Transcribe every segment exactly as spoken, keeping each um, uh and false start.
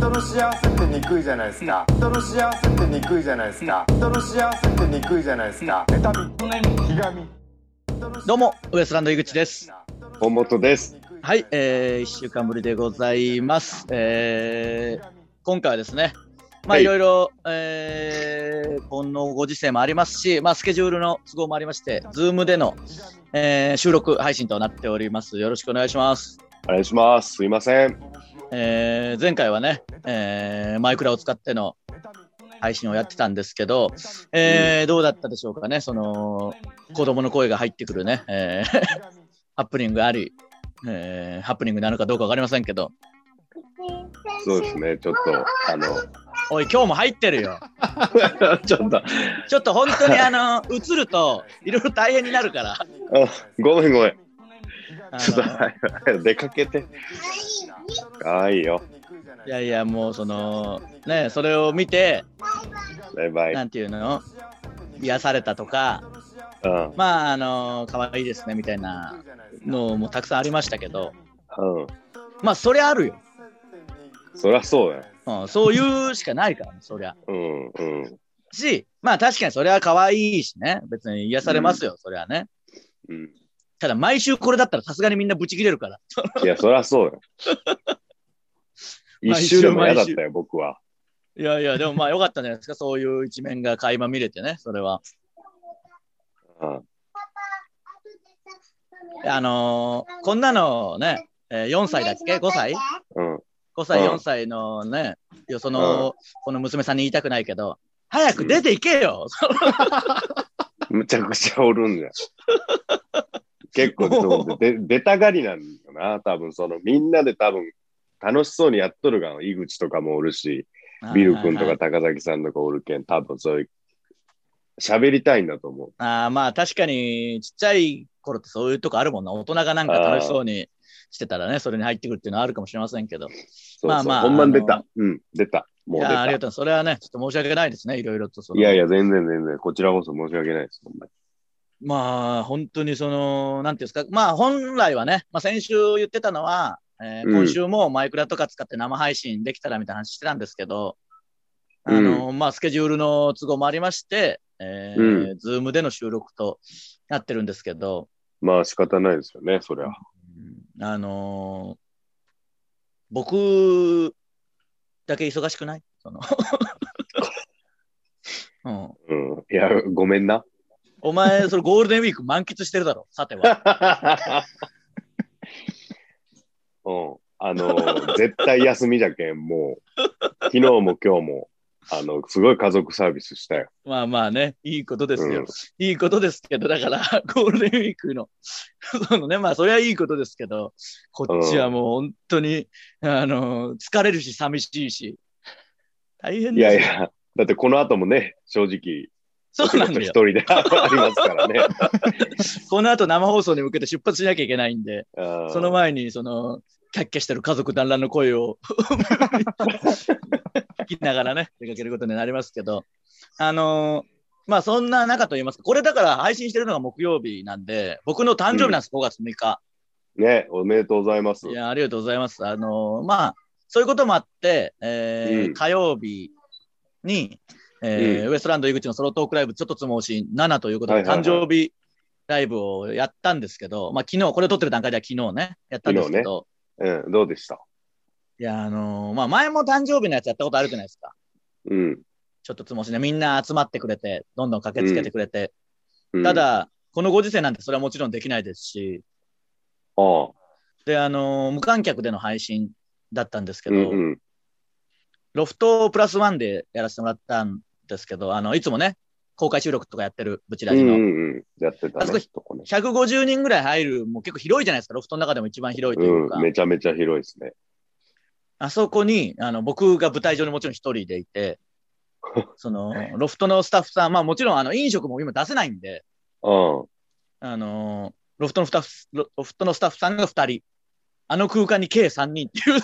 人の幸せってにくいじゃないですか。人の幸せってにくいじゃないですか。人の幸せってにくいじゃないですか。妬み、ひがみ。 どうもウエストランド井口です。 本本です。 はい、えー、いっしゅうかんぶりでございます。えー、今回はですね、まあいろいろ、えー、このご時世もありますし、まあスケジュールの都合もありまして、ズームでの、えー、収録配信となっております。よろしくお願いします。 お願いします。すいません。 えー、前回はね、えー、マイクラを使っての配信をやってたんですけど、えーうん、どうだったでしょうかね。その子供の声が入ってくるね、えー、ハプニングあり、えー、ハプニングなのかどうかわかりませんけど。 そうですね。ちょっとあのおい今日も入ってるよ。 ちょっとちょっと本当にあの映るといろいろ大変になるから。あごめんごめん。ちょっと早く出かけて。ああいいよ。 いやいやもうそのねそれを見てバイバイなんていうの癒されたとか、うん、まああの可愛いですねみたいなのもたくさんありましたけど、うん、まあそりゃあるよ。 そりゃそうや、 うん、そういうしかないからねそりゃ。 うんうん。 しまあ確かにそれは可愛いしね別に癒されますよ、うん、そりゃね。うん。ただ毎週これだったらさすがにみんなブチ切れるから。 いやそりゃそうよ。一週でも嫌だったよ僕は。 いやいやでもまあ良かったんじゃないですかそういう一面が垣間見れてねそれは。うん、あのー、こんなのね、えー、よんさいだっけごさい、うん、ごさいよんさいのねよその、うん、この娘さんに言いたくないけど早く出ていけよ。 むちゃくちゃおるんだよ。結構そうで出たがりなんだよな多分そのみんなで多分楽しそうにやっとるが井口とかもおるしビル君とか高崎さんとかおるけん多分そういう喋りたいんだと思う。 ああまあ確かにちっちゃい頃ってそういうとこあるもんな。大人がなんか楽しそうにしてたらねそれに入ってくるっていうのはあるかもしれませんけど。そうそうまあまあほんまに出た。うん出た。もう出た。 いやありがとう。それはねちょっと申し訳ないですねいろいろとその。 いやいや全然全然こちらこそ申し訳ないですほんまに。 まあ本当にそのなんていうんですかまあ本来はね、まあ、先週言ってたのは、えー、今週もマイクラとか使って生配信できたらみたいな話してたんですけど、うん、あのまあスケジュールの都合もありまして、えーうん、ズームでの収録となってるんですけどまあ仕方ないですよねそりゃ、うん、 あのー、僕だけ忙しくないその、 うんうん、いやごめんなお前、それゴールデンウィーク満喫してるだろ、さては。 うん、あのー、絶対休みじゃけん、もう、昨日も今日も、あの、すごい家族サービスしたよ。 まあまあね、いいことですよ。うん、いいことですけど、だから、ゴールデンウィークの、そのね、まあ、それはいいことですけど、こっちはもう本当に、うん、あのー、疲れるし、寂しいし、大変ですよ。 いやいや、だってこの後もね、正直、 そうなんだよ。 一人でありますからね。 この後生放送に向けて出発しなきゃいけないんで、その前にそのキャッキャしてる家族団らんの声を聞きながらね出かけることになりますけど、あのー、まあそんな中と言いますか、これだから配信してるのが木曜日なんで、僕の誕生日なんです、うん、ごがつむいか。 ね、おめでとうございます。 いやありがとうございます。あのー、まあそういうこともあって、えーうん、火曜日にえーうん、ウエストランド井口のソロトークライブちょっとつもしななということで、はいはいはい、誕生日ライブをやったんですけど、まあ昨日、これ撮ってる段階では昨日ね、やったんですけど。 ね、うん、どうでした？ いや、あのー、まあ前も誕生日のやつやったことあるじゃないですか。うん。ちょっとつもしね、みんな集まってくれて、どんどん駆けつけてくれて。うん、ただ、このご時世なんてそれはもちろんできないですし。ああ。で、あのー、無観客での配信だったんですけど、うんうん、ロフトプラスワンでやらせてもらったんですけど、あの、いつもね、公開収録とかやってるブチラジの。うんうん、やってたね。あそこひゃくごじゅうにんぐらい入る、もう結構広いじゃないですか。ロフトの中でも一番広いというか。 うん、めちゃめちゃ広いですね。 あそこに、あの、僕が舞台上にもちろん一人でいて、その、ロフトのスタッフさん、まあもちろんあの、飲食も今出せないんで、うん。あの、ロフトのスタッフ、ロフトのスタッフさんがふたり。あの空間に計さんにんっていう。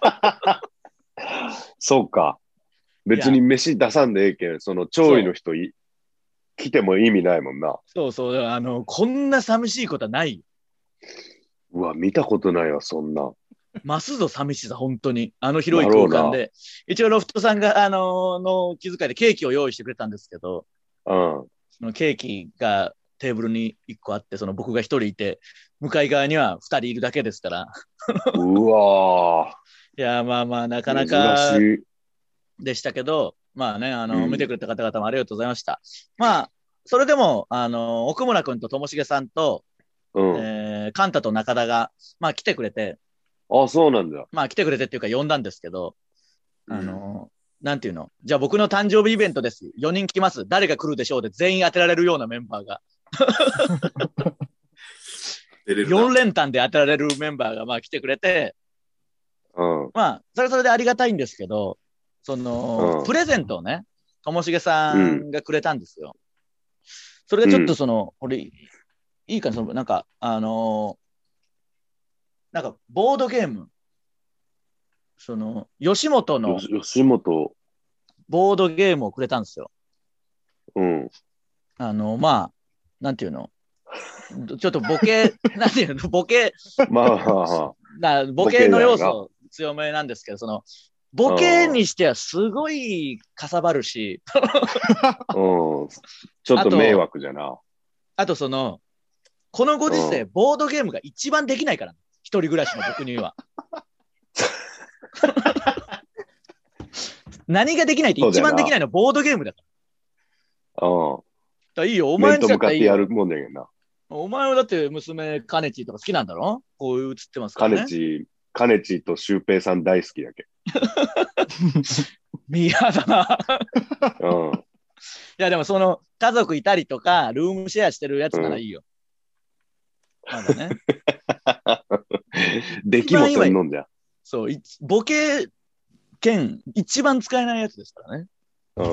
そうか。別に飯出さんでええけん、その調理の人い来ても意味ないもんな。 そうそう、あの、こんな寂しいことはない。 うわ、見たことないわ、そんな。 増すぞ寂しさ、本当に。あの広い空間で。一応ロフトさんが、あのー、の気遣いでケーキを用意してくれたんですけど、 うん。 そのケーキがテーブルに一個あって、その僕が一人いて、向かい側には二人いるだけですから。 うわー。 いや、まあまあ、なかなかでしたけど、まあね、あの、うん、見てくれた方々もありがとうございました。まあ、それでも、あの、奥村くんとともしげさんと、うん、えー、カンタと中田が、まあ来てくれて。 あ、そうなんだ。 まあ来てくれてっていうか呼んだんですけど、あの、うん、なんていうの、じゃあ僕の誕生日イベントです。よにん来ます。誰が来るでしょうで全員当てられるようなメンバーが。よん連単で当てられるメンバーがまあ来てくれて、うん、まあ、それはそれでありがたいんですけど、その、うん、プレゼントをね、ともしげさんがくれたんですよ。うん、それでちょっとその、俺、いいかな、その、なんか、あのー、なんか、ボードゲーム、その、吉本の、 吉本、 ボードゲームをくれたんですよ。 うん。 あの、まあ、なんていうのちょっとボケ、なんていうのボケ、 まあ、まあ、ボケの要素強めなんですけど、その、ボケにしてはすごいかさばるし、 うん、ちょっと迷惑じゃな。 あと、あとその、このご時世、ボードゲームが一番できないから、一人暮らしの僕には。何ができないって一番できないのはボードゲームだから。 うん。 だいいよ、お前んちだったらいいよ。 面と向かってやるもんだけどな。 お前はだって娘、カネチーとか好きなんだろこういう映ってますからね。 カネチー、カネチーとシュウペイさん大好きだけ。 ミーハーだな。 うん。いや、でもその、家族いたりとか、ルームシェアしてるやつならいいよ。うん、まだね。 できもせんのんじゃ。 そう、ボケ兼一番使えないやつですからね。 うん。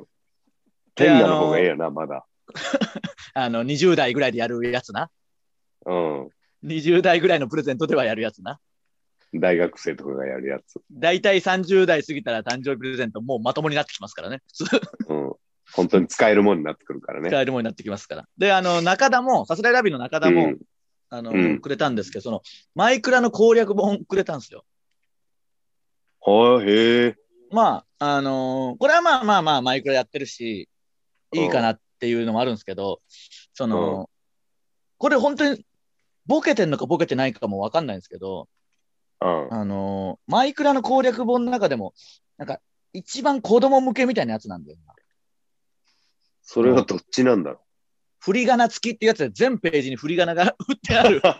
変なの方がええよな、まだ。 あの、にじゅう代ぐらいでやるやつな。 うん。 にじゅう代ぐらいのプレゼントではやるやつな。 大学生とかがやるやつ。 だいたいさんじゅう代過ぎたら誕生日プレゼントもうまともになってきますからね。 うん。本当に使えるものになってくるからね。 使えるものになってきますから。で、あの、中田も、さすらいラビの中田も、うん、あの、うん、くれたんですけど、その、マイクラの攻略本くれたんですよ。 はあ、へえ。 まあ、あのー、これはまあまあまあ、マイクラやってるし、いいかなっていうのもあるんですけど、その、うん、これ本当に、ボケてんのかボケてないかもわかんないんですけど、 うん、 あのー、マイクラの攻略本の中でも、なんか、一番子供向けみたいなやつなんだよな。 それはどっちなんだろう。 振り仮名付きっていうやつで全ページに振り仮名が打ってある。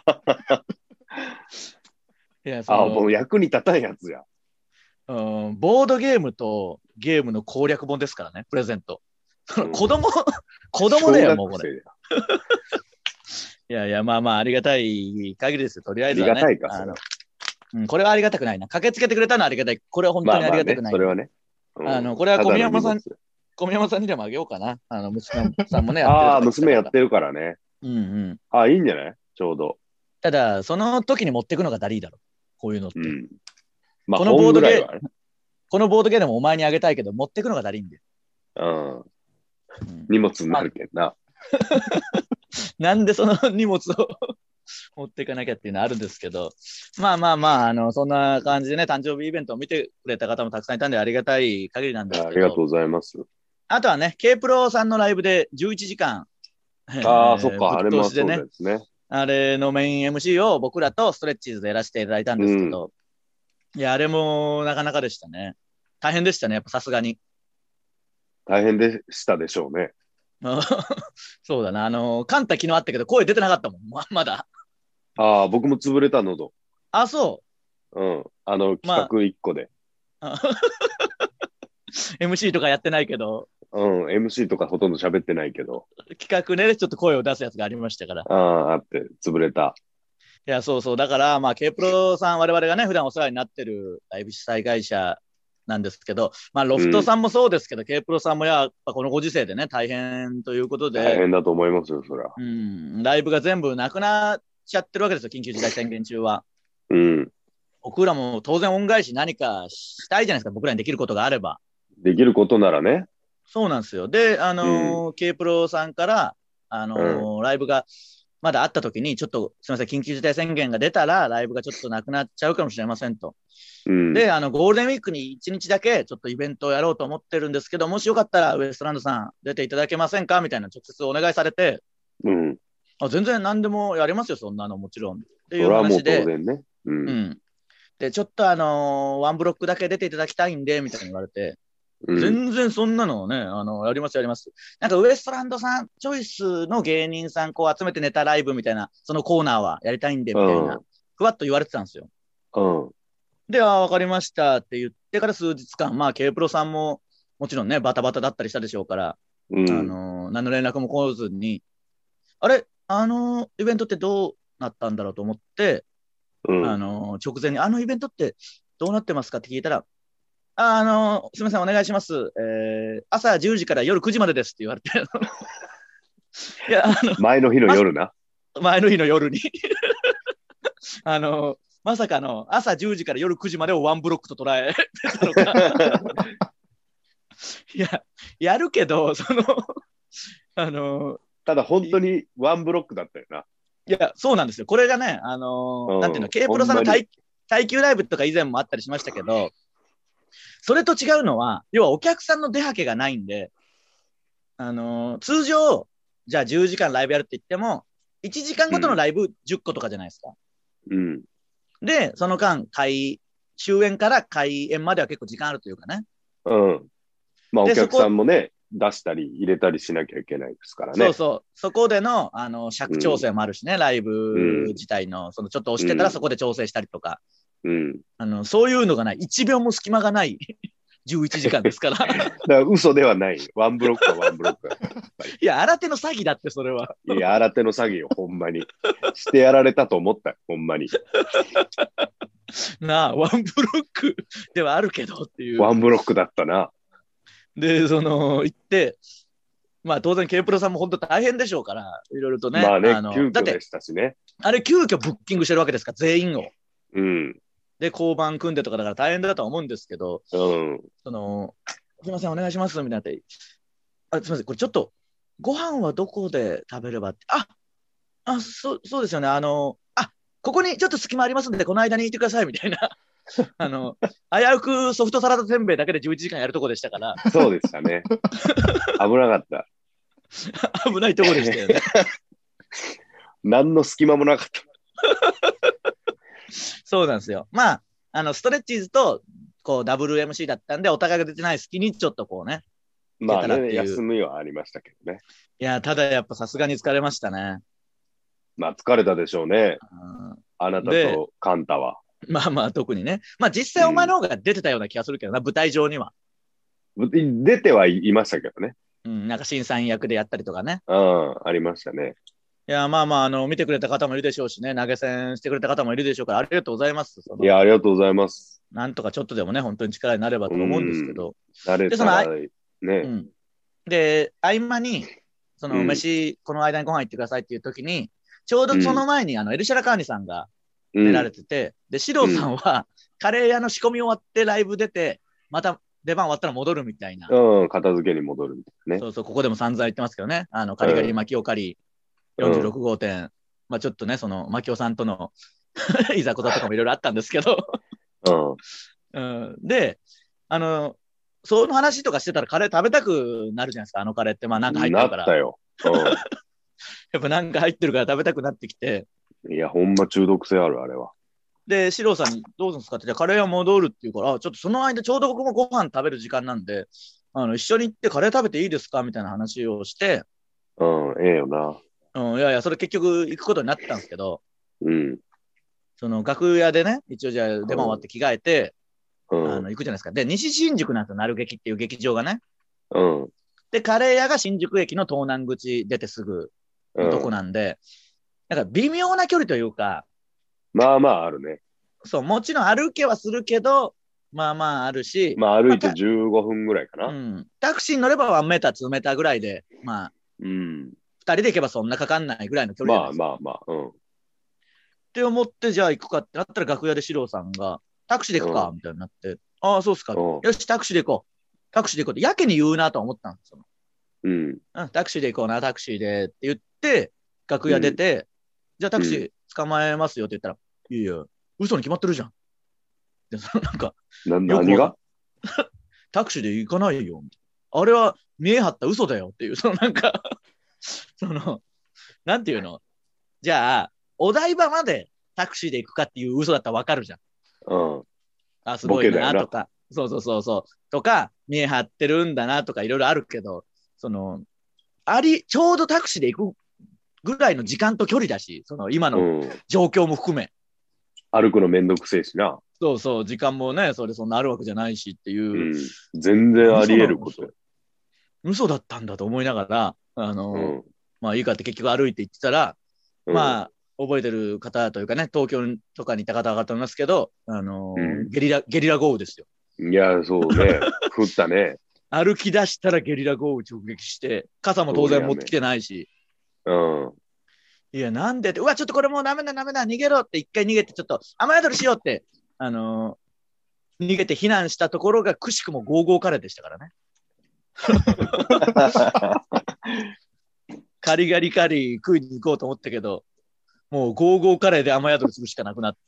いやあ、もう役に立たんやつや。 うん、ボードゲームとゲームの攻略本ですからね、プレゼント。うん、子供、子供だよ、もうこれ。いやいや、まあまあ、ありがたい限りですよ、とりあえずは、ね。 ありがたいか、 あの、うん、これはありがたくないな。駆けつけてくれたのはありがたい。これは本当にありがたくない。まあまあね、 それはね。 うん、あの、これは小宮山さん、小宮山さんにでもあげようかな。あの、娘さんもね、 やってる。ああ、娘やってるからね。 うんうん。 ああ、いいんじゃないちょうど。 ただ、その時に持ってくのがダリーだろ。こういうのって。うん、 まあ、 このボードゲーム、ね、このボードゲームもお前にあげたいけど、持ってくのがダリーんで。 うん。うん、荷物になるけどな。 なんでその荷物を持っていかなきゃっていうのはあるんですけど、まあまあまあ、あの、そんな感じでね、誕生日イベントを見てくれた方もたくさんいたんでありがたい限りなんですけど。 ありがとうございます。 あとはね、K プロさんのライブでじゅういちじかん。 ああ、そっか、あれもそうですね。 あれのメイン エムシー を僕らとストレッチーズでやらせていただいたんですけど、うん、いや、あれもなかなかでしたね。大変でしたね、やっぱさすがに。 大変でしたでしょうね。 そうだな、あの、カンタ昨日あったけど声出てなかったもん、ままだ。 ああ、僕も潰れた喉。 あ、そう。 うん。あの、企画いっこで。 まあ、エムシー とかやってないけど。 うん、エムシー とかほとんど喋ってないけど。 企画ね、ちょっと声を出すやつがありましたから。 ああ、あって、潰れた。 いや、そうそう。だから、まあ、K プロさん、我々がね、普段お世話になってるライブ主催会社なんですけど、まあ、ロフトさんもそうですけど、うん、K プロさんもやっぱこのご時世でね、大変ということで。 大変だと思いますよ、そりゃ。 うん、ライブが全部なくなっちゃってるわけですよ、緊急事態宣言中は。 うん。 僕らも当然恩返し何かしたいじゃないですか、僕らにできることがあれば。 できることならね。 そうなんですよ。で、あのーうん、K プロさんから、あのーうん、ライブがまだ会った時に、ちょっとすみません、緊急事態宣言が出たら、ライブがちょっとなくなっちゃうかもしれませんと。うん、で、あの、ゴールデンウィークにいちにちだけ、ちょっとイベントをやろうと思ってるんですけど、もしよかったら、ウエストランドさん出ていただけませんかみたいな直接お願いされて、うん、あ全然何でもやりますよ、そんなのもちろん。っていう話で、 それはもう当然ね。うん。うん、 で、ちょっとあのー、ワンブロックだけ出ていただきたいんで、みたいに言われて、うん、全然そんなのね、あの、やりますやります。なんかウエストランドさんチョイスの芸人さんこう集めてネタライブみたいな、そのコーナーはやりたいんで、みたいな、うん、ふわっと言われてたんですよ。うん。で、ああ、わかりましたって言ってから数日間、まあ、K プロさんももちろんね、バタバタだったりしたでしょうから、うん、あのー、何の連絡も来ずに、あれ、あのー、イベントってどうなったんだろうと思って、うん、あのー、直前に、あのイベントってどうなってますかって聞いたら、あ、あのー、すみません、お願いします。えー、朝じゅうじから夜くじまでですって言われて。 いや、あの、前の日の夜な。 前の日の夜に。あのー、まさかの朝じゅうじから夜くじまでをワンブロックと捉えたのか。いや、やるけど、その、あのー、 ただ本当にワンブロックだったよな。 いや、そうなんですよ。これがね、あのーうん、なんていうの、K プロさんの耐耐久ライブとか以前もあったりしましたけど、それと違うのは、要はお客さんの出はけがないんで、あのー、通常、じゃあじゅうじかんライブやるって言っても、いちじかんごとのライブじゅっことかじゃないですか。うん。で、その間、開、終演から開演までは結構時間あるというかね。 うん。まあ、お客さんもね、出したり入れたりしなきゃいけないですからね。 そうそう。そこでの、あの、尺調整もあるしね、うん、ライブ自体の、うん、その、ちょっと押してたらそこで調整したりとか。うん。あの、そういうのがない。いちびょうも隙間がないじゅういちじかんですから。だから嘘ではない。ワンブロックはワンブロックだ。 いや、新手の詐欺だって、それは。 いや、新手の詐欺よ、ほんまに。してやられたと思った、ほんまに。 なあ、ワンブロックではあるけどっていう。 ワンブロックだったな。 で、その、行って、まあ当然 K プロさんも本当大変でしょうから、いろいろとね。 まあね、あの急遽でしたしね。 あれ急遽ブッキングしてるわけですから、全員を。 うん。 で、交番組んでとかだから大変だとは思うんですけど、うん。その、すみません、お願いします、みたいなって。あ、すみません、これちょっと、ご飯はどこで食べればって。あ、あ、そう、そうですよね。あの、あ、ここにちょっと隙間ありますんで、この間にいてください、みたいな。あの、危うくソフトサラダせんべいだけでじゅういちじかんやるとこでしたから。 そうでしたね。危なかった。 危ないとこでしたよね。 何の隙間もなかった。 そうなんですよ。まあ、あの、ストレッチーズと、こう、ダブル エムシー だったんで、お互いが出てない隙にちょっとこうね。 まあね、休みはありましたけどね。 いや、ただやっぱさすがに疲れましたね。 まあ疲れたでしょうね。うん、あなたとカンタは。 まあまあ特にね。まあ実際お前の方が出てたような気がするけどな、うん、舞台上には。 出てはいましたけどね。 うん、なんか審査員役でやったりとかね。 うん、ありましたね。 いや、まあまあ、あの、見てくれた方もいるでしょうしね、投げ銭してくれた方もいるでしょうから、ありがとうございます。 いや、ありがとうございます。 なんとかちょっとでもね、本当に力になればと思うんですけど。 なれたらね、うん。 で、合間に、その、飯、うん、この間にご飯行ってくださいっていう時に、ちょうどその前に、うん、あの、エルシャラカーニさんが出られてて、うん、で、シローさんは、カレー屋の仕込み終わってライブ出て、また出番終わったら戻るみたいな。 うん、片付けに戻るみたいなね。 そうそう、ここでも散々言ってますけどね。あの、カリカリ巻きおかり、よんじゅうろく号店。うん、まあちょっとね、その、牧尾さんとのいざこざとかもいろいろあったんですけど、うんうん。で、あの、その話とかしてたらカレー食べたくなるじゃないですか、あのカレーって。まあなんか入ってるから。 なったよ。うん、 やっぱなんか入ってるから食べたくなってきて。 いや、ほんま中毒性ある、あれは。 で、シローさんにどうするんですかって、じゃあカレーは戻るって言うから、ちょっとその間ちょうど僕もご飯食べる時間なんで、あの、一緒に行ってカレー食べていいですかみたいな話をして。 うん、ええよな。 うん、いやいや、それ結局行くことになったんですけど、 うん。 その楽屋でね、一応じゃあ出番終わって着替えて、うん、あの行くじゃないですか。で、西新宿なんですよ、なる劇っていう劇場がね。 うん。 で、カレー屋が新宿駅の東南口出てすぐのとこなんで、うん、なんか微妙な距離というか。 まあまああるね。 そう、もちろん歩けはするけど、まあまああるし。 まあ歩いてじゅうごふんぐらいかな。 うん。タクシーに乗ればワンメーター、ツーメーターぐらいで、まあ。 うん。 二人で行けばそんなかかんないぐらいの距離まあまあまあ、うん。 って思って、じゃあ行くかってなったら楽屋で四郎さんが、タクシーで行くか、うん、みたいになって、ああ、そうっすか、うん。よし、タクシーで行こう。タクシーで行こうって、やけに言うなと思ったんですよ。 うん。 タクシーで行こうな、タクシーでって言って、楽屋出て、 じゃあタクシー捕まえますよって言ったら、うん、いやいや、嘘に決まってるじゃん。で、そのなんか、 な何がタクシーで行かないよ。あれは見え張った嘘だよっていう、そのなんか、その、なんていうのじゃあ、お台場までタクシーで行くかっていう嘘だったらわかるじゃん。 うん。 あ、すごいなとか、そうそうそうそう、とか、見え張ってるんだなとかいろいろあるけど、その、あり、ちょうどタクシーで行くぐらいの時間と距離だし、その今の状況も含め。 うん、歩くのめんどくせえしな。 そうそう、時間もね、それそんなあるわけじゃないしっていう。 うん、全然あり得ること。 嘘だったんだと思いながら、あの、うん、まあいいかって結局歩いて行ってたら、うん、まあ、覚えてる方というかね、東京とかにいた方々と思いますけど、あのーうん、ゲリラ、ゲリラ豪雨ですよ。 いや、そうね。降ったね。 歩き出したらゲリラ豪雨直撃して、傘も当然持ってきてないし。 うん。 いや、なんでって、うわ、ちょっとこれもうダメだダメだ、逃げろって一回逃げて、ちょっと雨宿りしようって、あのー、逃げて避難したところがくしくもゴーゴーカレーでしたからね。カリガリカリ食いに行こうと思ったけど、もうゴーゴーカレーで雨宿りするしかなくなって。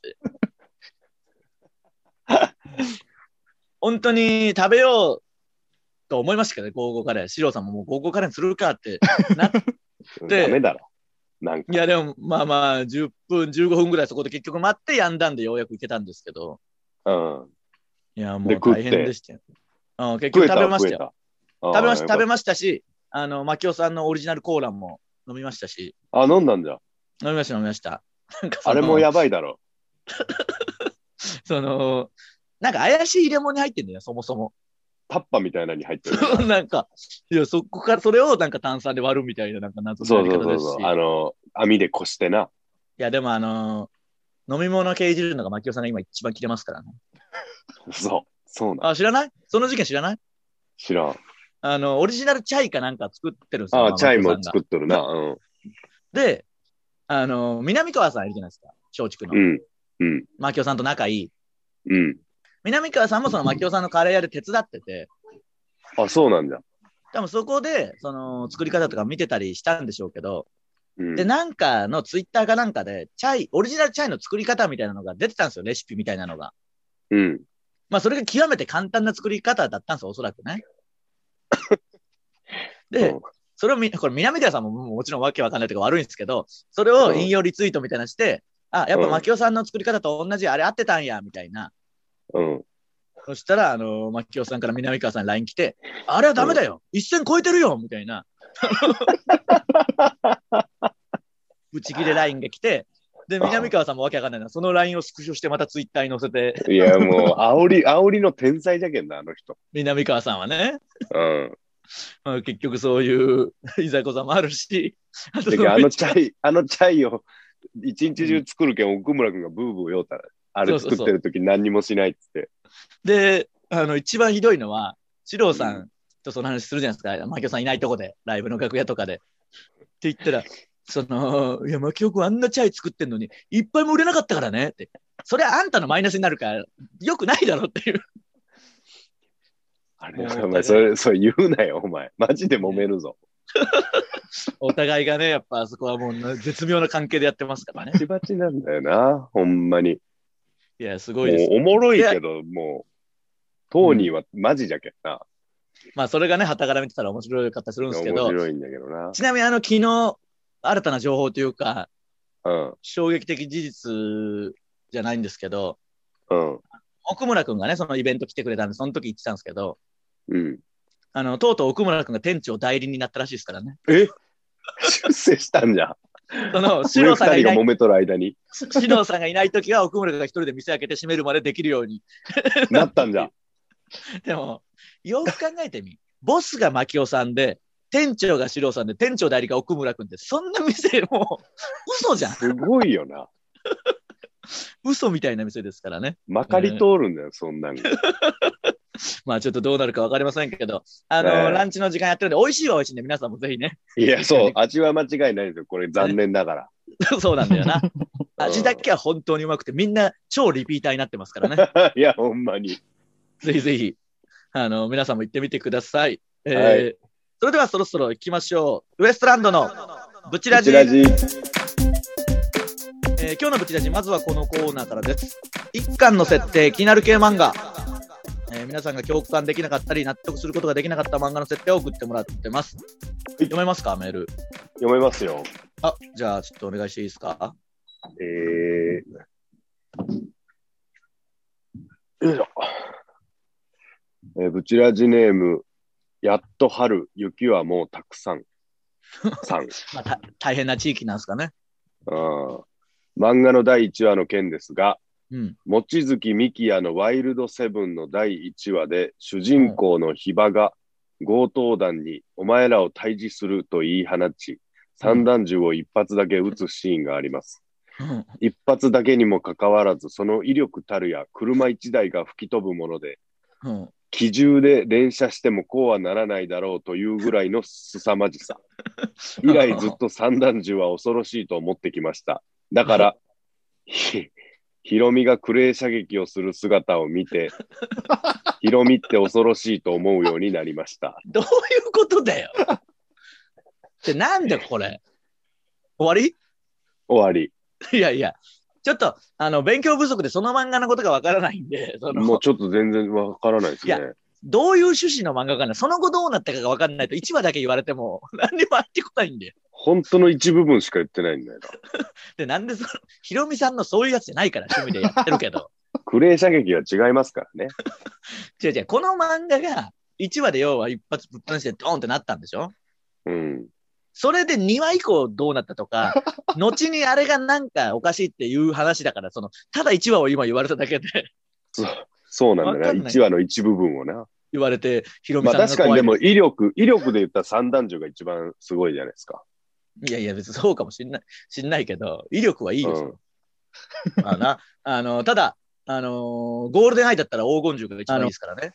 本当に食べようと思いましたけどね、ゴーゴーカレー。シローさんももうゴーゴーカレーにするかってなって。 ダメだろ。なんかいやでもまあまあじゅっぷん、じゅうごふんぐらいそこで結局待ってやんだんでようやく行けたんですけど。 うん。 いやもう大変でしたよ。うん、結局食べましたよ。食べました、食べましたし、あの、マキオさんのオリジナルコーラも飲みましたし。 あ、飲んだんじゃ。 飲みました、飲みました。 あれもやばいだろ。 その、なんか怪しい入れ物に入ってんだよ、そもそも。 タッパみたいなのに入ってる。 なんか、いや、そこから、それをなんか炭酸で割るみたいな、なんか謎のやり方ですし。そうそうそうそう。 あの、網でこしてな。 いや、でもあのー、飲み物系いじるのがマキオさんが今一番切れますからね。 そう、そうなん。 あ、知らないその事件知らない知らん。 あの、オリジナルチャイかなんか作ってるんですよ。ああ、チャイも作ってるな。うん。 で、あの、南川さんいるじゃないですか。松竹の。 うん。うん。 マキオさんと仲いい。 うん。 南川さんもそのマキオさんのカレー屋で手伝ってて。 あ、そうなんだ。 多分そこで、その、作り方とか見てたりしたんでしょうけど、 うん、 で、なんかのツイッターかなんかで、チャイ、オリジナルチャイの作り方みたいなのが出てたんですよ。レシピみたいなのが。 うん。 まあ、それが極めて簡単な作り方だったんですよ、おそらくね。で、うん、それをみ、これ南川さんももちろんわけわかんないとか悪いんですけど、それを引用リツイートみたいなして、うん、あ、やっぱマキオさんの作り方と同じ、あれ合ってたんや、みたいな。 うん。 そしたら、あの、マキオさんから南川さんに ライン 来て、あれはダメだよ、うん、一線超えてるよみたいな。ぶち切れ ライン が来て、で、南川さんもわけわかんないな。その ライン をスクショしてまたツイッターに載せて。 いや、もう、煽り、煽りの天才じゃけんな、あの人。 南川さんはね。 うん。 まあ、結局そういういざこざもあるし。 あのチャイ、あのチャイを一日中作るけん、うん、奥村君がブーブー言おうたら、あれ作ってる時何にもしないっつって。 で、あの、一番ひどいのは、四郎さんとその話するじゃないですか。マキオさんいないとこで、ライブの楽屋とかで。って言ったら、その、いや、マキオ君あんなチャイ作ってんのに、いっぱいも売れなかったからねって。それはあんたのマイナスになるから、よくないだろっていう。 あれ、お前、それ、それ言うなよ、お前。マジで揉めるぞ。 お互いがね、やっぱあそこはもう絶妙な関係でやってますからね。 バチバチなんだよな、ほんまに。 いや、すごいです。 もうおもろいけど、もう、トーニーはマジじゃけんな。うん、 まあ、それがね、傍から見てたら面白かったりするんですけど。 面白いんだけどな。 ちなみに、あの、昨日、新たな情報というか、 うん、 衝撃的事実じゃないんですけど、 うん、 奥村くんがね、そのイベント来てくれたんで、その時言ってたんですけど、 うん、 あの、とうとう奥村くんが店長代理になったらしいですからね。 え出世したんじゃ。 その、シロさんがいない。 揉めとる間に。 シロさんがいない時は奥村くんが一人で店開けて閉めるまでできるように。 なったんじゃ。 でも、よく考えてみ。ボスがマキオさんで、店長がシロさんで、店長代理が奥村くんって、そんな店もう、嘘じゃん。 すごいよな。 嘘みたいな店ですからね。 まかり通るんだよ、えー、そんなんが。 まあちょっとどうなるか分かりませんけど、あのーえー、ランチの時間やってるんで、美味しいは美味しいんで、皆さんもぜひね。 いや、そう、味は間違いないですよ。これ残念ながら。 そうなんだよな。味だけは本当にうまくて、みんな超リピーターになってますからね。 いや、ほんまに。 ぜひぜひ、あのー、皆さんも行ってみてください。えーはい、 それではそろそろ行きましょう。ウエストランドのブチラジ。 ブチラジえー、今日のブチラジ、まずはこのコーナーからです。一巻の設定、気になる系漫画。えー、皆さんが共感できなかったり、納得することができなかった漫画の設定を送ってもらってます。読めますか、メール。 読めますよ。 あ、じゃあ、ちょっとお願いしていいですか。 えー、よいしょ。えー、ブチラジネーム、やっと春、雪はもうたくさん。さん。 まあ、大変な地域なんですかね。 あ漫画のだいいちわの件ですが、 うん、 望月美紀也のワイルドセブンのだいいちわで、主人公のヒバが強盗団にお前らを退治すると言い放ち、散弾銃を一発だけ撃つシーンがあります。うん、一発だけにもかかわらず、その威力たるや車一台が吹き飛ぶもので、うん、機銃で連射してもこうはならないだろうというぐらいの凄まじさ。以来ずっと散弾銃は恐ろしいと思ってきました。だから、ひ、ヒロミがクレー射撃をする姿を見て、ヒロミって恐ろしいと思うようになりました。 どういうことだよ。ってなんでこれ終わり終わり。 いやいや、ちょっと、あの、勉強不足でその漫画のことがわからないんで、そのもうちょっと全然わからないですね。 いや、どういう趣旨の漫画かな、その後どうなったかがわかんないと、いちわだけ言われても、何にも入ってこないんで。 本当の一部分しか言ってないんだよな。 で、なんでその、ヒロミさんのそういうやつじゃないから、趣味でやってるけど。 クレー射撃は違いますからね。 違う違う、この漫画がいちわで要は一発ぶっ飛んしてドーンってなったんでしょ。 うん。 それでにわ以降どうなったとか、後にあれがなんかおかしいっていう話だから、その、ただいちわを今言われただけで。 そう、そうなんだね。いちわの一部分をな。 言われて、ヒロミさんが怖い。まあ確かにでも威力、威力で言ったら散弾銃が一番すごいじゃないですか。 いやいや、別にそうかもしんない、しんないけど、威力はいいですよ。うん、まあな、あの、ただ、あのー、ゴールデンアイだったら黄金銃が一番いいですからね。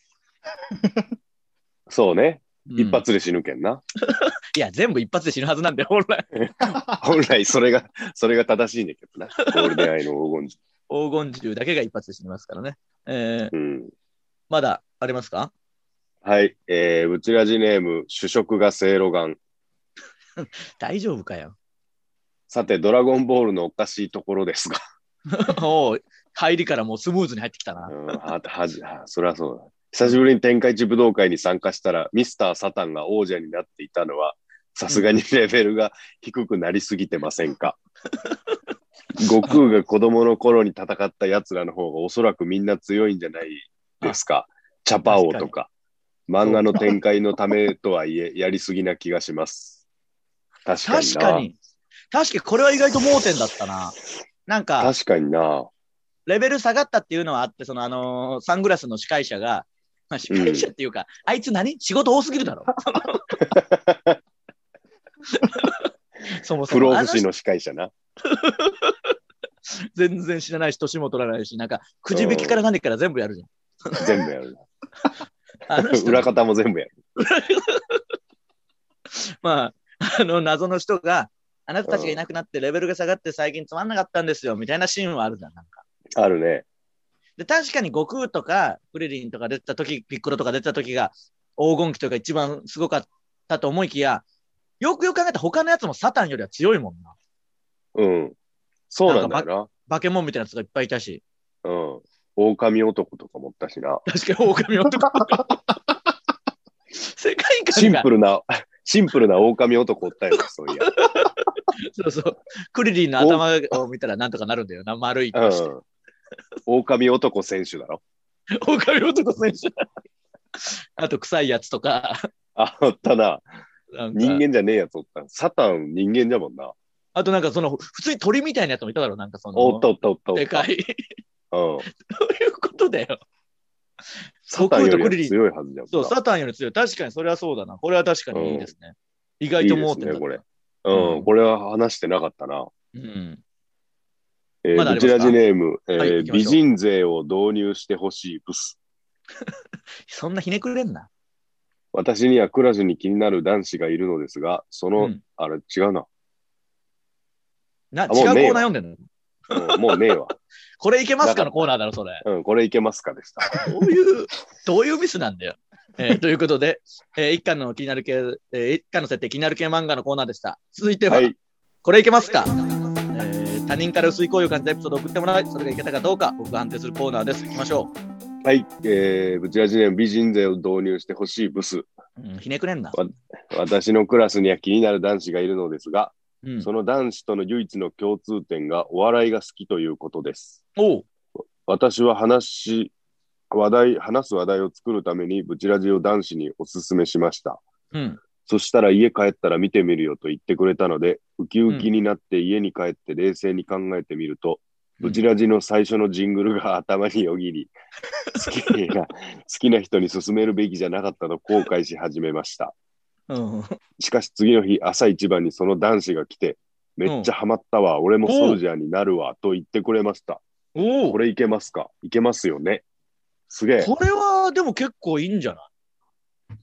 そうね。一発で死ぬけんな。うん、 いや、全部一発で死ぬはずなんで、本来。 本来、それが、それが正しいんだけどな。ゴールデンアイの黄金銃。 黄金銃だけが一発で死にますからね。えーうん、まだありますか？ はい。えー、ブチラジネーム、主食がせいろがん。 大丈夫かよ。 さて、ドラゴンボールのおかしいところですが。 おう、入りからもうスムーズに入ってきたな。 うん、は、はじ、は、そりゃそうだ。久しぶりに天下一武道会に参加したら、ミスターサタンが王者になっていたのは、さすがにレベルが低くなりすぎてませんか？悟空が子供の頃に戦った奴らの方がおそらくみんな強いんじゃないですか。チャパ王とか。漫画の展開のためとはいえ、やりすぎな気がします。確かにな。 確かに。確かにこれは意外と盲点だったな。なんか、 確かにな。レベル下がったっていうのはあって、そのあのー、サングラスの司会者が、まあ、司会者っていうか、うん、あいつ何仕事多すぎるだろ。そもそも。 不老不死の司会者な。 全然知らないし、年も取らないし、なんか、くじ引きから何から全部やるじゃん。全部やるな。あの裏方も全部やる。 まあ、あの、謎の人が、あなたたちがいなくなってレベルが下がって最近つまんなかったんですよ、みたいなシーンはあるじゃん、なんか。 あるね。 で、確かに悟空とか、クリリンとか出てた時、ピッコロとか出てた時が、黄金期とか一番すごかったと思いきや、よくよく考えたら他のやつもサタンよりは強いもんな。 うん。そうなんだよな。 なバケモンみたいなやつがいっぱいいたし。 うん。狼男とか持ったしな。 確かに狼男。世界観がシンプルな、シンプルな狼男おったよ、そういや。 そうそう。クリリンの頭を見たらなんとかなるんだよな、丸いとして。うん、 狼男選手だろ。 狼男選手。あと臭いやつとか。 あ、おったな。人間じゃねえやつおった。サタン人間じゃもんな。 あとなんかその、普通に鳥みたいなやつもいただろ、なんかその。 おったおったおったおった。 でかい。 うん。 どういうことだよ。 サタンより強いはずじゃん。 そう、サタンより強い。確かにそれはそうだな。これは確かにいいですね。うん、意外と盲点だった。いいですね、 これ。うん、これは話してなかったな。 うん。 えー、まブチラジネーム、えーはい、美人税を導入してほしいブス。 そんなひねくれんな。 私にはクラスに気になる男子がいるのですが、その、うん、あれ違うな。 な、違うコーナー読んでんの？ もう、もうねえわ。 これいけますかのコーナーだろ、それ。 うん、これいけますかでした。 どういう、どういうミスなんだよ。えー、ということで、えー、一巻の気になる系、えー、一巻の設定気になる系漫画のコーナーでした。続いては、はい、これいけますか。えー他人から薄い行為を感じたエピソードを送ってもらい、それがいけたかどうか僕が判定するコーナーです。いきましょう。はい、えー、ブチラジネーム美人税を導入してほしいブス、 うん、ひねくれんな。 私のクラスには気になる男子がいるのですが、うん、その男子との唯一の共通点がお笑いが好きということです。 おう。 私は話話題話す話題を作るためにブチラジを男子におすすめしました、 うん、 そしたら家帰ったら見てみるよと言ってくれたのでウキウキになって家に帰って冷静に考えてみると、うん、ブチラジの最初のジングルが頭によぎり好きな好きな人に勧めるべきじゃなかったと後悔し始めました、 うん、 しかし次の日朝一番にその男子が来てめっちゃハマったわ、うん、俺もソルジャーになるわと言ってくれました。 おこれいけますか？いけますよね。すげえ。 これはでも結構いいんじゃない？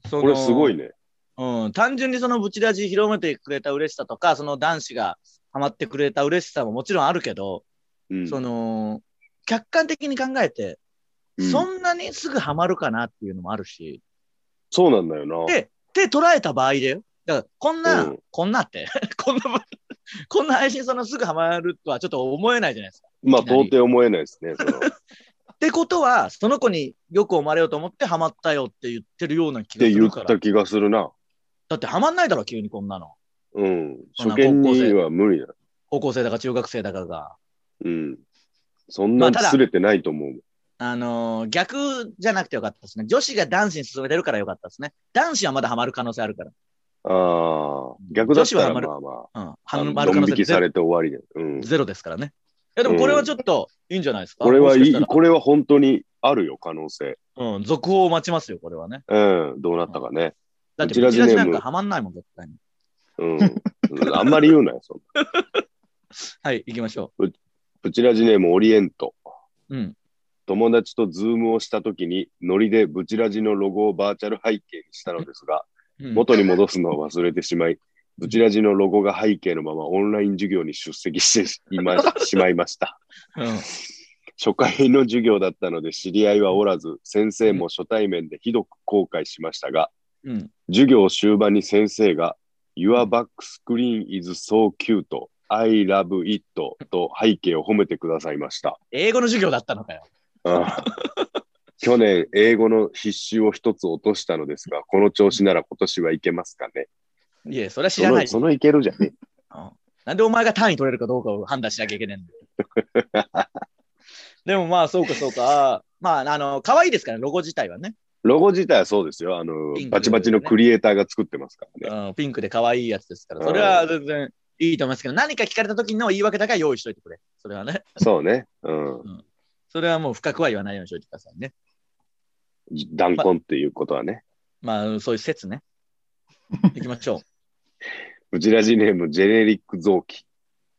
これすごいね。 うん、単純にそのブチラジ広めてくれた嬉しさとか、その男子がハマってくれた嬉しさももちろんあるけど、うん、その客観的に考えて、うん、そんなにすぐハマるかなっていうのもあるし。 そうなんだよな。 で、で捉えた場合だよ。だからこんな、うん、こんなってこんなこんな配信そのすぐハマるとはちょっと思えないじゃないですか。 まあ到底思えないですね。そのってことは、その子によく思われようと思ってハマったよって言ってるような気がするから。 って言った気がするな。 だってハマんないだろ、急にこんなの。 うん。初見には無理だ。 高校生だか中学生だかが。 うん。そんなにすれてないと思う。まあ、あのー、逆じゃなくてよかったですね。女子が男子に勧めてるからよかったですね。男子はまだハマる可能性あるから。 ああ、逆だったらまあまあ。 うん。ハマる可能性ドン引きされて終わりで。うん。 ゼロですからね。いやでもこれはちょっといいんじゃないですか。 うん、これはいい、これは本当にあるよ、可能性。 うん、続報を待ちますよ、これはね。 うん、どうなったかね。うん、 だって、ブチラジなんかハマんないもん、絶対に。 うん。あんまり言うなよ、そんな。 はい、行きましょう。 ブチラジネームオリエント。 うん。 友達とズームをしたときに、ノリでブチラジのロゴをバーチャル背景にしたのですが、うん、元に戻すのを忘れてしまい、ブチラジのロゴが背景のままオンライン授業に出席してしましまいました、 うん。 初回の授業だったので知り合いはおらず、先生も初対面でひどく後悔しましたが、 うん、 授業終盤に先生が Your back screen is so cute, I love it と背景を褒めてくださいました。 英語の授業だったのかよ。 ああ去年英語の必修を一つ落としたのですが、この調子なら今年はいけますかね。 いや、それは知らない。 その、そのいけるじゃんね、 うん。なんでお前が単位取れるかどうかを判断しなきゃいけないんだよ。でもまあ、そうかそうか。まあ、あの、可愛いですから、ロゴ自体はね。 ロゴ自体はそうですよ。あの、ね、バチバチのクリエイターが作ってますからね。 うん、ピンクで可愛いやつですから。それは全然いいと思いますけど、何か聞かれた時の言い訳だけは用意しといてくれ。それはね。 そうね。うん。うん、 それはもう深くは言わないようにしといてくださいね。 弾痕っていうことはね。 まあ、まあ、そういう説ね。行きましょう。 ブチラジネームジェネリック臓器。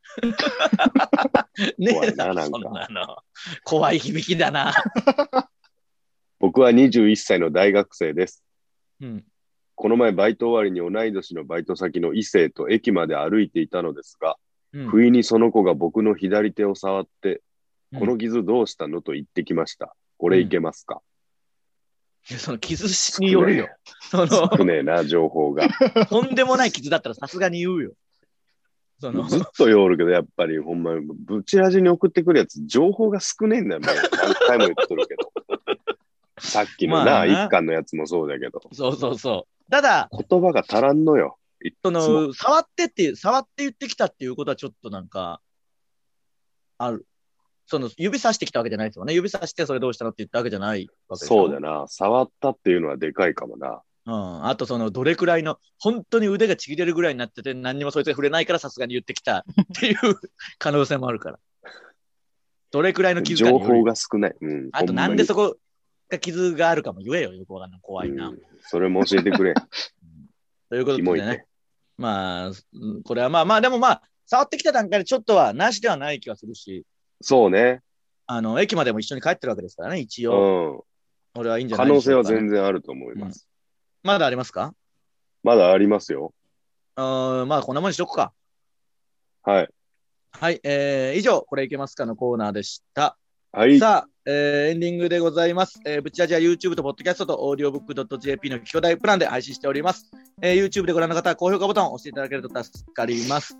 ねえな、なんかそんなの。怖い響きだな。 僕はにじゅういっさいの大学生です。 うん、 この前バイト終わりに同い年のバイト先の異性と駅まで歩いていたのですが、うん、不意にその子が僕の左手を触って、うん、この傷どうしたのと言ってきました。これいけますか？ うん、その傷によるよ。 その少ねえな、情報が。 とんでもない傷だったらさすがに言うよ。 そのずっと言おるけど、やっぱりほんまにブチラジに送ってくるやつ、情報が少ねえんだよ。何回も言っとるけど。さっきのな、まあ、一巻のやつもそうだけど。 そうそうそう。ただ、 言葉が足らんのよ。 その、触ってって、触って言ってきたっていうことはちょっとなんか、ある。その、指さしてきたわけじゃないですよね。指さしてそれどうしたのって言ったわけじゃないわけでしょ。 そうだな。触ったっていうのはでかいかもな。 うん。あとその、どれくらいの、本当に腕がちぎれるぐらいになってて、何にもそいつに触れないからさすがに言ってきたっていう可能性もあるから。どれくらいの傷かによる。 情報が少ない。うん。 あとなんでそこが傷があるかも言えよ。よくわかんない。怖いな。うん、 それも教えてくれ。 ということでね。まあ、これはまあまあ、でもまあ、触ってきた段階でちょっとはなしではない気がするし。 そうね。 あの、駅までも一緒に帰ってるわけですからね、一応。うん。俺はいいんじゃないでしょうか、ね。可能性は全然あると思います。 うん、まだありますか？ まだありますよ。 あまあ、こんなもんにしとくか。 はい。 はい、えー、以上、これいけますかのコーナーでした。 はい。 さあ、えー、エンディングでございます。えー、ブチラジは YouTube と Podcast と オーディオブックドットジェーピー の兄弟プランで配信しております。えー、YouTube でご覧の方は高評価ボタンを押していただけると助かります。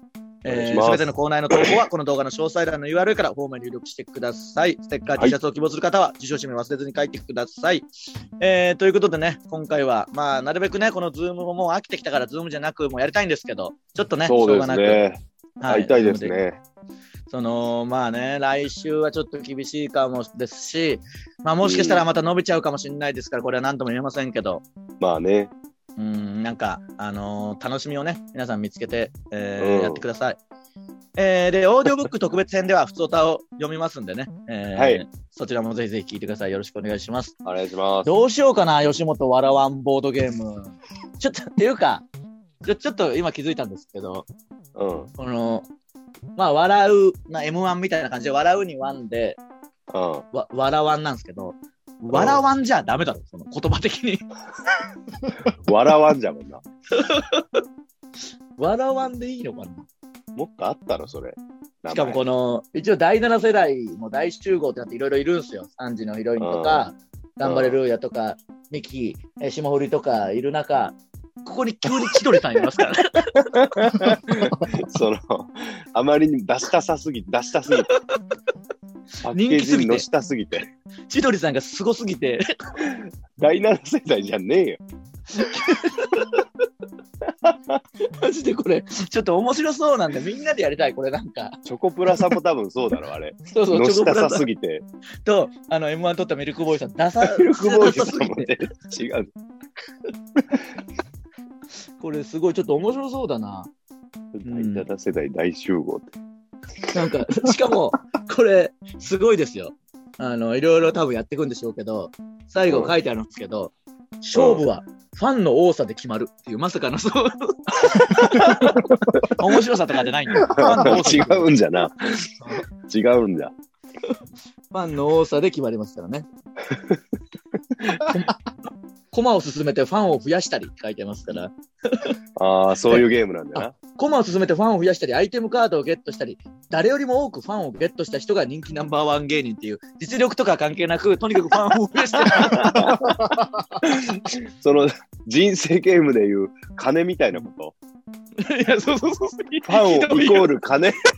えー、全てのコーナーへの投稿はこの動画の詳細欄の ユーアールエル からフォームに入力してください。ステッカー、T シャツを希望する方は受賞氏名忘れずに書いてください。えー、ということでね、今回はまあなるべくねこのズームももう飽きてきたからズームじゃなくもうやりたいんですけど、ちょっとねしょうがなく、 はい、会いたいですね。 そのまあね来週はちょっと厳しいかもですし、まあもしかしたらまた伸びちゃうかもしれないですから、これは何とも言えませんけど、 まあね、 うん、なんかあのー、楽しみをね皆さん見つけて、えーうん、やってください。えー、でオーディオブック特別編では普通歌を読みますんでね、えーはい、そちらもぜひぜひ聞いてください。よろしくお願いします。 お願いします。 どうしようかな、吉本わらわんボードゲーム。ちょっとっていうかちょ、ちょっと今気づいたんですけど、うん、このまあ笑うな エムワン みたいな感じで笑うにワンで、うん、わ笑わんなんですけど、笑わんじゃダメだろ、その言葉的に。 笑わんじゃもんな。 笑わんでいいのかな。 もっとあったのそれ。 しかもこの一応だいなな世代の大集合ってなっていろいろいるんですよ。さんじのヒロインとか、頑張れルーヤとか、ミキ、え霜降りとかいる中、ここに急に千鳥さんいますからね。 そのあまりに出したさすぎ出したすぎてパッケージにのしたすぎて千鳥さんがすごすぎてだいなな世代じゃねえよ。 マジでこれちょっと面白そうなんでみんなでやりたい。これなんかチョコプラさんも多分そうだろあれ。 そうそう、 のしたさすぎてとあの エムワン 取ったミルクボーイさんダサミルクボーイさんも、ね、違う。 これすごいちょっと面白そうだな。 だいなな世代大集合って、 うん、なんかしかもこれすごいですよ。あのいろいろ多分やっていくんでしょうけど、最後書いてあるんですけど、うん、勝負はファンの多さで決まるっていう、まさかのそう面白さとかじゃないんだよ。ファンの多さ違うんじゃな。違うんじゃ。 ファンの多さで決まりますからね。コマを進めてファンを増やしたりって書いてますから。 ああ、そういうゲームなんだな。 コマを進めてファンを増やしたり、アイテムカードをゲットしたり、誰よりも多くファンをゲットした人が人気ナンバーワン芸人っていう、実力とか関係なく、とにかくファンを増やしてる。 その人生ゲームでいう金みたいなこと。 いや、そうそうそう。ファンをイコール金。フ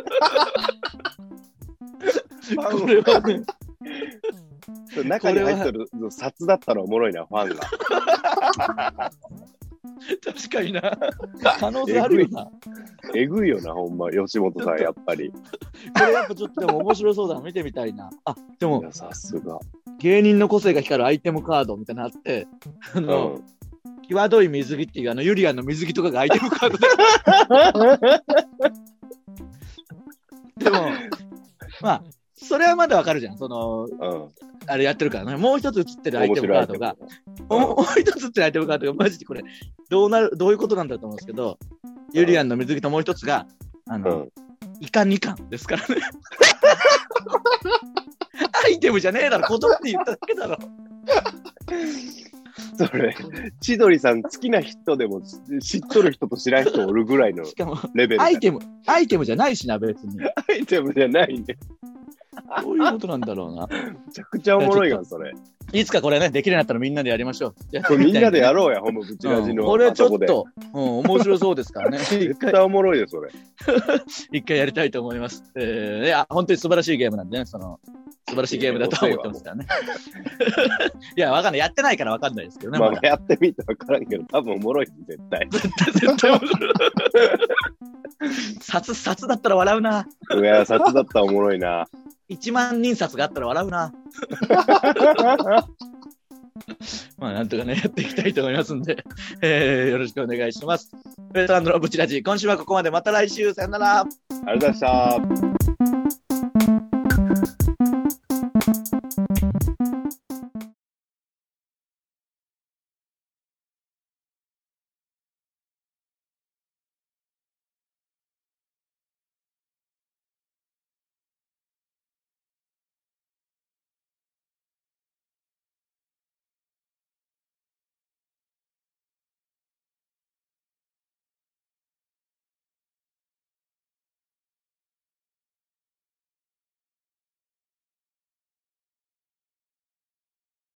ァンこれはね。 中に入ってる札だったらおもろいな、ファンが。 確かにな。可能性あるよな。 えぐいよな、ほんま、吉本さん、やっぱり。 これやっぱちょっとでも面白そうだな、見てみたいな。あ、でも、 さすが。 芸人の個性が光るアイテムカードみたいなのあって、あの、うん、際どい水着っていう、あの、ユリアンの水着とかがアイテムカードで。でも、まあ、それはまだわかるじゃん。その、うん、あれやってるからね。もう一つ映ってるアイテムカードが、もう一つ映ってるアイテムカードがマジでこれ、どうなる、どういうことなんだと思うんですけど、うん、ユリアンの水着ともう一つが、あの、うん、イカにかんですからね。アイテムじゃねえだろ、ことって言っただけだろ。 それ、千鳥さん好きな人でも知っとる人と知らん人おるぐらいのレベル。 アイテム、アイテムじゃないしな、別に。 アイテムじゃないね。 どういうことなんだろうな。 めちゃくちゃおもろいやん、それ。 いつかこれね、できるようになったらみんなでやりましょう。 これみんなでやろうや、ほんま、ブチラジの、 うん。これちょっと、うん、面白そうですからね。 絶対おもろいよ、それ。 一回やりたいと思います。えー、いや、本当に素晴らしいゲームなんでね、その、素晴らしいゲームだと思ってますからね。いや、わかんない。やってないからわかんないですけどね。 まあ、まやってみてわからんけど、多分おもろい、絶対。 絶対、絶対面白い。札、札だったら笑うな。 いや、札だったらおもろいな。 一万人札があったら笑うな。まあなんとかねやっていきたいと思いますんで、えー、よろしくお願いします。ウエストランドのブチラジ、今週はここまで。また来週、さよなら。 ありがとうございました。